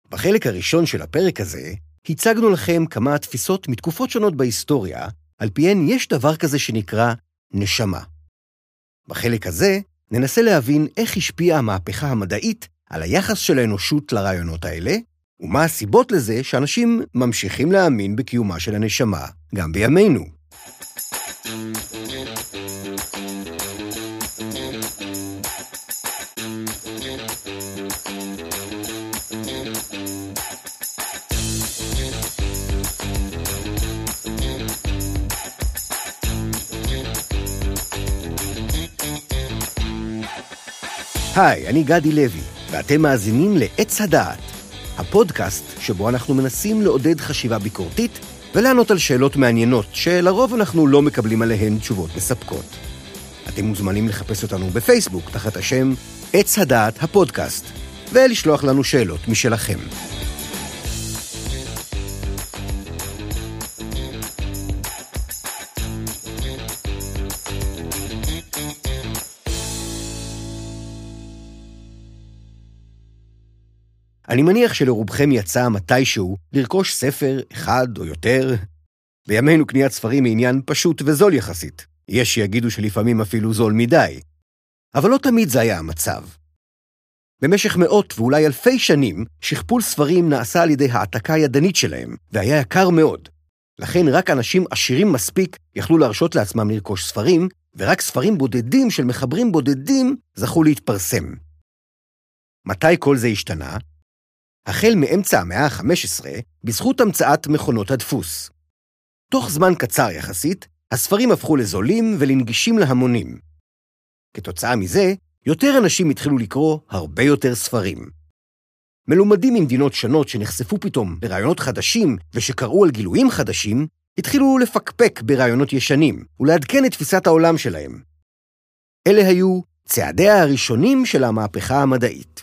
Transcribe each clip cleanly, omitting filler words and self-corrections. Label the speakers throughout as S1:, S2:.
S1: בחלק הראשון של הפרק הזה, הצגנו לכם כמה תפיסות מתקופות שונות בהיסטוריה, על פיהן יש דבר כזה שנקרא נשמה. בחלק הזה, ננסה להבין איך השפיעה המהפכה המדעית על היחס של האנושות לרעיונות האלה, ומה הסיבות לזה שאנשים ממשיכים להאמין בקיומה של הנשמה, גם בימינו. היי, אני גדי לוי, ואתם מאזינים לעץ הדעת, הפודקאסט שבו אנחנו מנסים לעודד חשיבה ביקורתית ולענות על שאלות מעניינות שלרוב אנחנו לא מקבלים עליהן תשובות מספקות. אתם מוזמנים לחפש אותנו בפייסבוק תחת השם עץ הדעת הפודקאסט, ולשלוח לנו שאלות משלכם. אני מניח שלרובכם יצא מתישהו לרכוש ספר אחד או יותר. בימינו קניית ספרים היא עניין פשוט וזול יחסית. יש שיגידו שלפעמים אפילו זול מדי. אבל לא תמיד זה היה המצב. במשך מאות ואולי אלפי שנים, שכפול ספרים נעשה על ידי העתקה ידנית שלהם, והיה יקר מאוד. לכן רק אנשים עשירים מספיק יכלו להרשות לעצמם לרכוש ספרים, ורק ספרים בודדים של מחברים בודדים זכו להתפרסם. מתי כל זה השתנה? החל מאמצע המאה ה-15, בזכות המצאת מכונות הדפוס. תוך זמן קצר יחסית, הספרים הפכו לזולים ולנגישים להמונים. כתוצאה מזה, יותר אנשים התחילו לקרוא הרבה יותר ספרים. מלומדים ממדינות שונות שנחשפו פתאום ברעיונות חדשים ושקראו על גילויים חדשים, התחילו לפקפק ברעיונות ישנים ולעדכן את תפיסת העולם שלהם. אלה היו צעדיה הראשונים של המהפכה המדעית.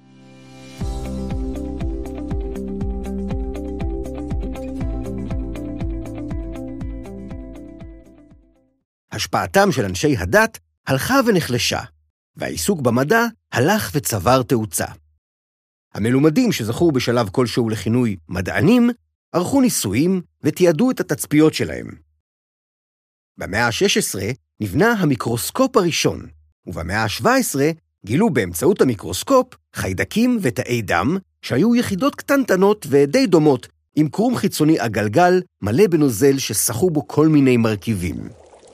S1: השפעתם של אנשי הדת הלכה ונחלשה, והעיסוק במדע הלך וצבר תאוצה. המלומדים שזכו בשלב כלשהו לכינוי מדענים, ערכו ניסויים ותיעדו את התצפיות שלהם. במאה ה-16 נבנה המיקרוסקופ הראשון, ובמאה ה-17 גילו באמצעות המיקרוסקופ חיידקים ותאי דם, שהיו יחידות קטנטנות ודי דומות, עם קרום חיצוני עגלגל מלא בנוזל ששחו בו כל מיני מרכיבים.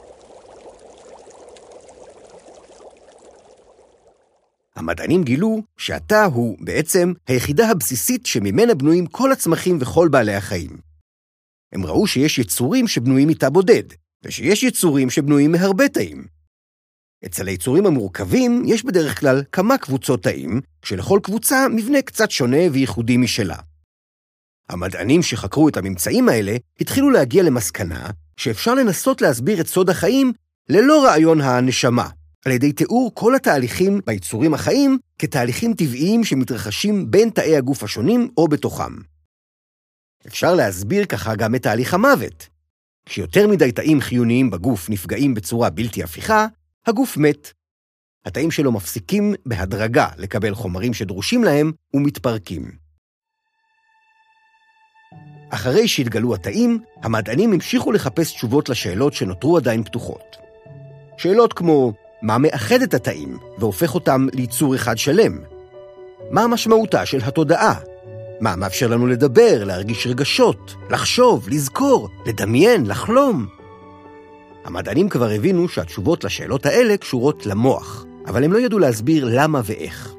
S1: המדענים גילו שהתא הוא בעצם היחידה הבסיסית שממנה בנויים כל הצמחים וכל בעלי החיים. הם ראו שיש יצורים שבנויים מתא בודד, ושיש יצורים שבנויים מהרבה תאים. אצל היצורים המורכבים יש בדרך כלל כמה קבוצות תאים, כשלכל קבוצה מבנה קצת שונה וייחודי משלה. המדענים שחקרו את הממצאים האלה התחילו להגיע למסקנה שאפשר לנסות להסביר את סוד החיים ללא רעיון הנשמה, על ידי תיאור כל התהליכים ביצורים החיים כתהליכים טבעיים שמתרחשים בין תאי הגוף השונים או בתוכם. אפשר להסביר ככה גם את תהליך המוות. כשיותר מדי תאים חיוניים בגוף נפגעים בצורה בלתי הפיכה, הגוף מת. התאים שלו מפסיקים בהדרגה לקבל חומרים שדרושים להם ומתפרקים. אחרי שהתגלו התאים, המדענים המשיכו לחפש תשובות לשאלות שנותרו עדיין פתוחות. שאלות כמו מה מאחד את התאים והופך אותם ליצור אחד שלם? מה המשמעותה של התודעה? מה מאפשר לנו לדבר, להרגיש רגשות, לחשוב, לזכור, לדמיין, לחלום? המדענים כבר הבינו שהתשובות לשאלות האלה קשורות למוח, אבל הם לא ידעו להסביר למה ואיך.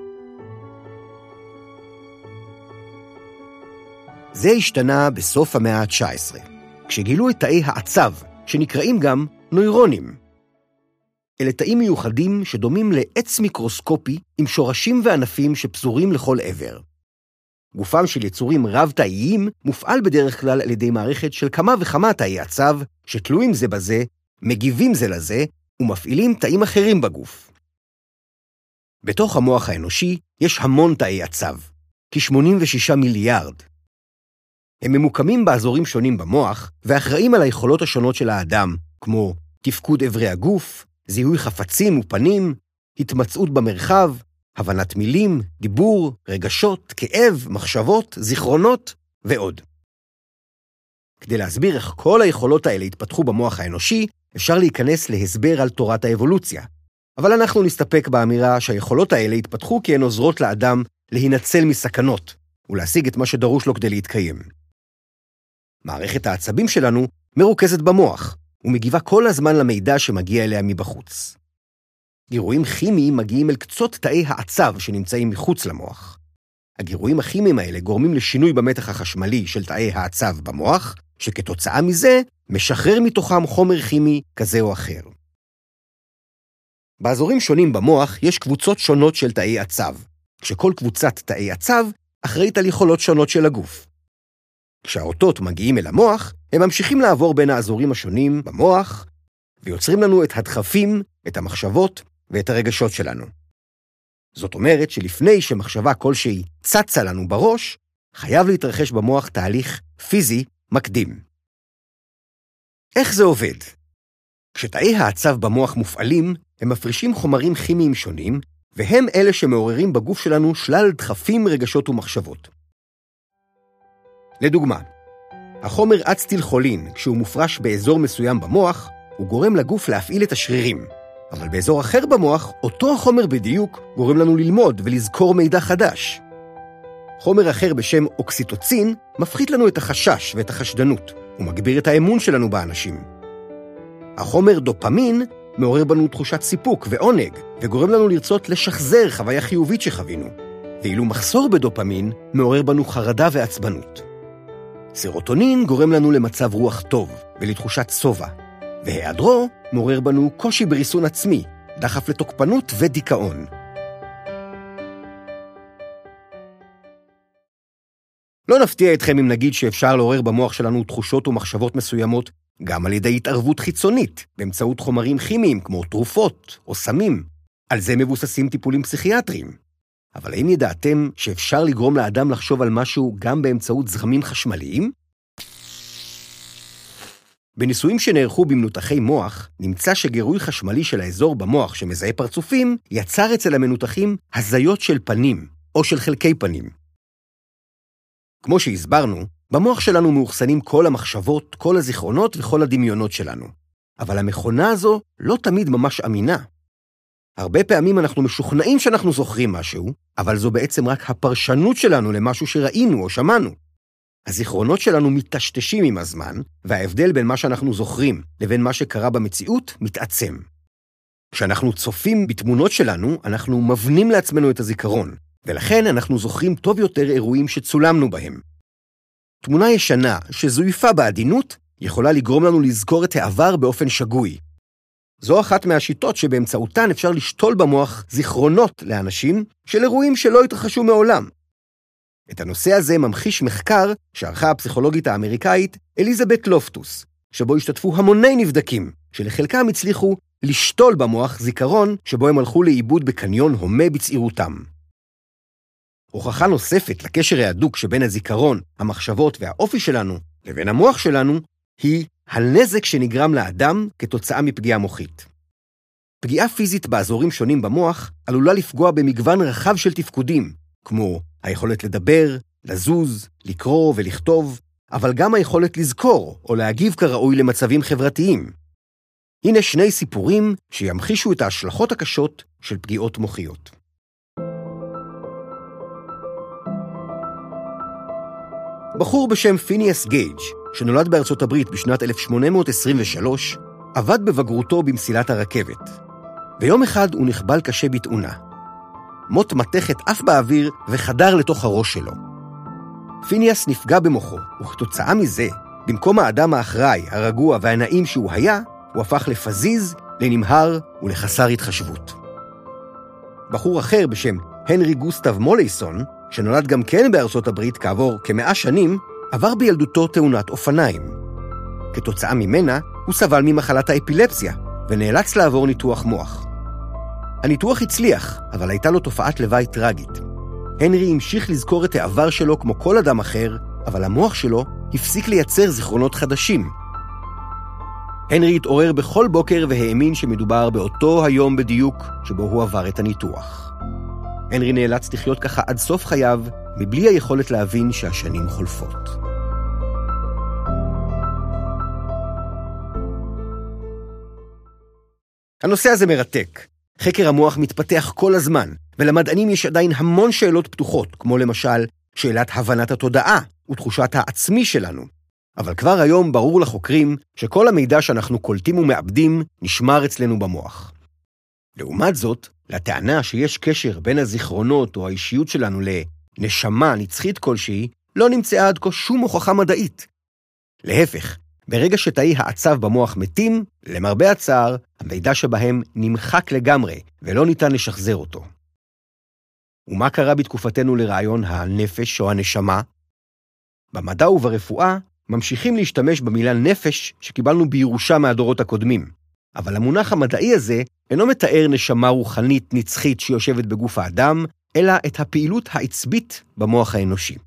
S1: זה השתנה בסוף המאה ה-19, כשגילו את תאי העצב, שנקראים גם נוירונים. אלה תאים מיוחדים שדומים לעץ מיקרוסקופי עם שורשים וענפים שפזורים לכל עבר. גופם של יצורים רב-תאיים מופעל בדרך כלל על ידי מערכת של כמה וכמה תאי עצב שתלויים זה בזה, מגיבים זה לזה ומפעילים תאים אחרים בגוף. בתוך המוח האנושי יש המון תאי עצב, כ-86 מיליארד. הם ממוקמים באזורים שונים במוח ואחראים על היכולות השונות של האדם, כמו תפקוד אברי הגוף, זיהוי חפצים ופנים, התמצאות במרחב, הבנת מילים, דיבור, רגשות, כאב, מחשבות, זיכרונות ועוד. כדי להסביר איך כל היכולות האלה התפתחו במוח האנושי, אפשר להיכנס להסבר על תורת האבולוציה. אבל אנחנו נסתפק באמירה שהיכולות האלה התפתחו כי הן עוזרות לאדם להינצל מסכנות ולהשיג את מה שדרוש לו כדי להתקיים. מערכת העצבים שלנו מרוכזת במוח ומגיבה כל הזמן למידע שמגיע אליה מבחוץ. גירויים כימיים מגיעים אל קצות תאי העצב שנמצאים מחוץ למוח. הגירויים הכימיים האלה גורמים לשינוי במתח החשמלי של תאי העצב במוח, שכתוצאה מזה משחרר מתוכם חומר כימי כזה או אחר. באזורים שונים במוח יש קבוצות שונות של תאי עצב, כשכל קבוצת תאי עצב אחראית על יכולות שונות של הגוף. כשהאותות מגיעים אל המוח, הם ממשיכים לעבור בין האזורים השונים במוח, ויוצרים לנו את הדחפים, את המחשבות ואת הרגשות שלנו. זאת אומרת שלפני שמחשבה כלשהי צצה לנו בראש, חייב להתרחש במוח תהליך פיזי מקדים. איך זה עובד? כשתאי העצב במוח מופעלים, הם מפרישים חומרים כימיים שונים, והם אלה שמעוררים בגוף שלנו שלל דחפים, רגשות ומחשבות. לדוגמה, החומר אצטילכולין, כשהוא מופרש באזור מסוים במוח, הוא גורם לגוף להפעיל את השרירים. אבל באזור אחר במוח, אותו החומר בדיוק גורם לנו ללמוד ולזכור מידע חדש. חומר אחר בשם אוקסיטוצין מפחית לנו את החשש ואת החשדנות, ומגביר את האמון שלנו באנשים. החומר דופמין מעורר בנו תחושת סיפוק ועונג, וגורם לנו לרצות לשחזר חוויה חיובית שחווינו. ואילו מחסור בדופמין מעורר בנו חרדה ועצבנות. סרוטונין גורם לנו למצב רוח טוב ולתחושת סובה, והיעדרו מעורר בנו קושי בריסון עצמי, דחף לתוקפנות ודיכאון. לא נפתיע אתכם אם נגיד שאפשר לעורר במוח שלנו תחושות ומחשבות מסוימות גם על ידי התערבות חיצונית, באמצעות חומרים כימיים כמו תרופות או סמים. על זה מבוססים טיפולים פסיכיאטריים. אבל האם ידעתם שאפשר לגרום לאדם לחשוב על משהו גם באמצעות זרמים חשמליים? בניסויים שנערכו במנותחי מוח, נמצא שגירוי חשמלי של האזור במוח שמזהה פרצופים, יצר אצל המנותחים הזיות של פנים, או של חלקי פנים. כמו שהסברנו, במוח שלנו מאוחסנים כל המחשבות, כל הזיכרונות וכל הדמיונות שלנו. אבל המכונה הזו לא תמיד ממש אמינה. הרבה פעמים אנחנו משוכנעים שאנחנו זוכרים משהו, אבל זו בעצם רק הפרשנות שלנו למשהו שראינו או שמענו. הזיכרונות שלנו מתשתשים עם הזמן, וההבדל בין מה שאנחנו זוכרים לבין מה שקרה במציאות מתעצם. כשאנחנו צופים בתמונות שלנו, אנחנו מבנים לעצמנו את הזיכרון, ולכן אנחנו זוכרים טוב יותר אירועים שצולמנו בהם. תמונה ישנה שזויפה בעדינות יכולה לגרום לנו לזכור את העבר באופן שגוי. זו אחת מהשיטות שבאמצעותן אפשר לשתול במוח זיכרונות לאנשים של אירועים שלא התרחשו מעולם. את הנושא הזה ממחיש מחקר שערכה הפסיכולוגית האמריקאית אליזבת לופטוס, שבו השתתפו המוני נבדקים, שלחלקם הצליחו לשתול במוח זיכרון שבו הם הלכו לאיבוד בקניון הומה בצעירותם. הוכחה נוספת לקשר ההדוק שבין הזיכרון, המחשבות והאופי שלנו לבין המוח שלנו, היא הנזק שנגרם לאדם כתוצאה מפגיעה מוחית. פגיעה פיזית באזורים שונים במוח עלולה לפגוע במגוון רחב של תפקודים, כמו היכולת לדבר, לזוז, לקרוא ולכתוב, אבל גם היכולת לזכור או להגיב כראוי למצבים חברתיים. הנה שני סיפורים שימחישו את ההשלכות הקשות של פגיעות מוחיות. בחור בשם פיניאס גייג', שנולד בארצות הברית בשנת 1823, עבד בבגרותו במסילת הרכבת. ויום אחד הוא נחבל קשה בתאונה. מוט מתכת אף באוויר וחדר לתוך הראש שלו. פיניאס נפגע במוחו, וכתוצאה מזה, במקום האדם האחראי, הרגוע והנעים שהוא היה, הוא הפך לפזיז, לנמהר ולחסר התחשבות. בחור אחר בשם הנרי גוסטב מולייסון, שנולד גם כן בארצות הברית כעבור כ100 שנים, עבר בילדותו תאונת אופניים. כתוצאה ממנה, הוא סבל ממחלת האפילפסיה, ונאלץ לעבור ניתוח מוח. הניתוח הצליח, אבל הייתה לו תופעת לוואי טרגית. הנרי המשיך לזכור את העבר שלו כמו כל אדם אחר, אבל המוח שלו הפסיק לייצר זיכרונות חדשים. הנרי התעורר בכל בוקר והאמין שמדובר באותו היום בדיוק שבו הוא עבר את הניתוח. הנרי נאלץ לחיות ככה עד סוף חייו, מבלי היכולת להבין שהשנים חולפות. הנושא הזה מרתק. חקר המוח מתפתח כל הזמן, ולמדענים יש עדיין המון שאלות פתוחות, כמו למשל שאלת הבנת התודעה ותחושת העצמי שלנו. אבל כבר היום ברור לחוקרים שכל המידע שאנחנו קולטים ומאבדים נשמר אצלנו במוח. לעומת זאת, לטענה שיש קשר בין הזיכרונות או האישיות שלנו לנשמה נצחית כלשהי, לא נמצאה עד כה שום הוכחה מדעית. להפך, ברגע שתאי העצב במוח מתים, למרבה הצער, המידע שבהם נמחק לגמרי ולא ניתן לשחזר אותו. ומה קרה בתקופתנו לרעיון הנפש או הנשמה? במדע וברפואה ממשיכים להשתמש במילה נפש שקיבלנו בירושה מהדורות הקודמים. אבל המונח המדעי הזה אינו מתאר נשמה רוחנית נצחית שיושבת בגוף האדם, אלא את הפעילות העצבית במוח האנושי.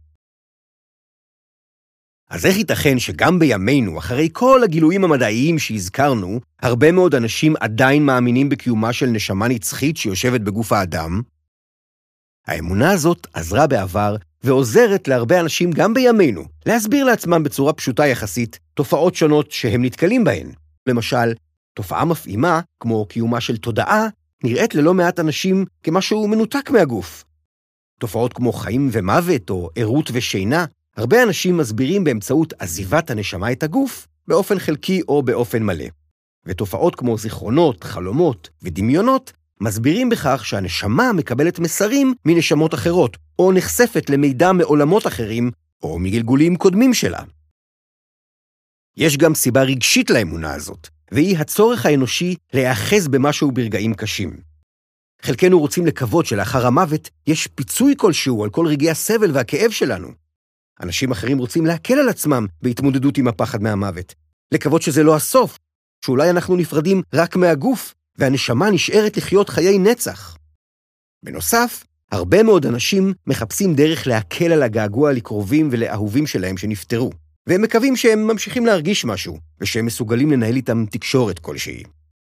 S1: אז איך ייתכן שגם בימינו, אחרי כל הגילויים המדעיים שהזכרנו, הרבה מאוד אנשים עדיין מאמינים בקיומה של נשמה נצחית שיושבת בגוף האדם? האמונה הזאת עזרה בעבר ועוזרת להרבה אנשים גם בימינו להסביר לעצמם בצורה פשוטה יחסית תופעות שונות שהם נתקלים בהן. למשל, תופעה מפעימה, כמו קיומה של תודעה, נראית ללא מעט אנשים כמשהו מנותק מהגוף. תופעות כמו חיים ומוות או עירות ושינה, הרבה אנשים מסבירים באמצעות עזיבת הנשמה את הגוף, באופן חלקי או באופן מלא. ותופעות כמו זיכרונות, חלומות ודמיונות, מסבירים בכך שהנשמה מקבלת מסרים מנשמות אחרות, או נחשפת למידע מעולמות אחרים, או מגלגולים קודמים שלה. יש גם סיבה רגשית לאמונה הזאת, והיא הצורך האנושי להיאחז במשהו ברגעים קשים. חלקנו רוצים לקוות שלאחר המוות יש פיצוי כלשהו על כל רגעי הסבל והכאב שלנו. אנשים אחרים רוצים להקל על עצמם בהתמודדות עם הפחד מהמוות. לקוות שזה לא הסוף, שאולי אנחנו נפרדים רק מהגוף, והנשמה נשארת לחיות חיי נצח. בנוסף, הרבה מאוד אנשים מחפשים דרך להקל על הגעגוע לקרובים ולאהובים שלהם שנפטרו, והם מקווים שהם ממשיכים להרגיש משהו, ושהם מסוגלים לנהל איתם תקשורת כלשהי.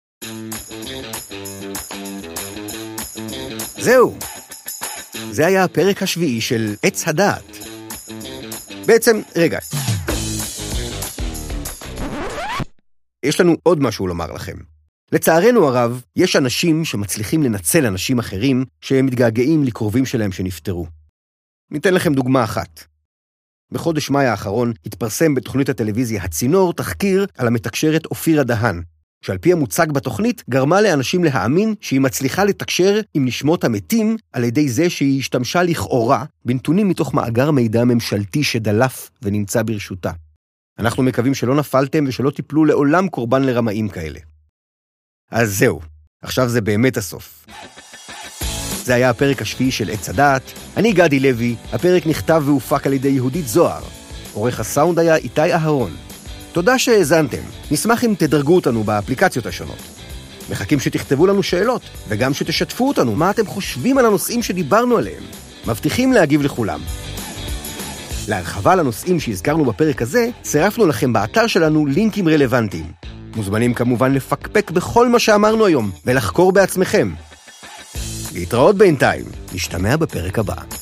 S1: זהו. זה היה הפרק השביעי של עץ הדעת. בעצם, רגע. יש לנו עוד משהו לומר לכם. לצערנו הרב, יש אנשים שמצליחים לנצל אנשים אחרים שהם מתגעגעים לקרובים שלהם שנפטרו. ניתן לכם דוגמה אחת. בחודש מאי האחרון התפרסם בתוכנית הטלוויזיה הצינור תחקיר על המתקשרת אופירה דהן, שעל פי המוצג בתוכנית גרמה לאנשים להאמין שהיא מצליחה לתקשר עם נשמות המתים על ידי זה שהיא השתמשה לכאורה בנתונים מתוך מאגר מידע ממשלתי שדלף ונמצא ברשותה. אנחנו מקווים שלא נפלתם ושלא תיפלו לעולם קורבן לרמאים כאלה. אז זהו, עכשיו זה באמת הסוף. זה היה הפרק השביעי של עץ הדעת. אני גדי לוי, הפרק נכתב והופק על ידי יהודית זוהר. עורך הסאונד היה איתי אהרון. תודה שהאזנתם. נשמח אם תדרגו אותנו באפליקציות השונות. מחכים שתכתבו לנו שאלות, וגם שתשתפו אותנו מה אתם חושבים על הנושאים שדיברנו עליהם. מבטיחים להגיב לכולם. להרחבה לנושאים שהזכרנו בפרק הזה, צירפנו לכם באתר שלנו לינקים רלוונטיים. מוזמנים כמובן לפקפק בכל מה שאמרנו היום, ולחקור בעצמכם. להתראות בינתיים, נשתמע בפרק הבא.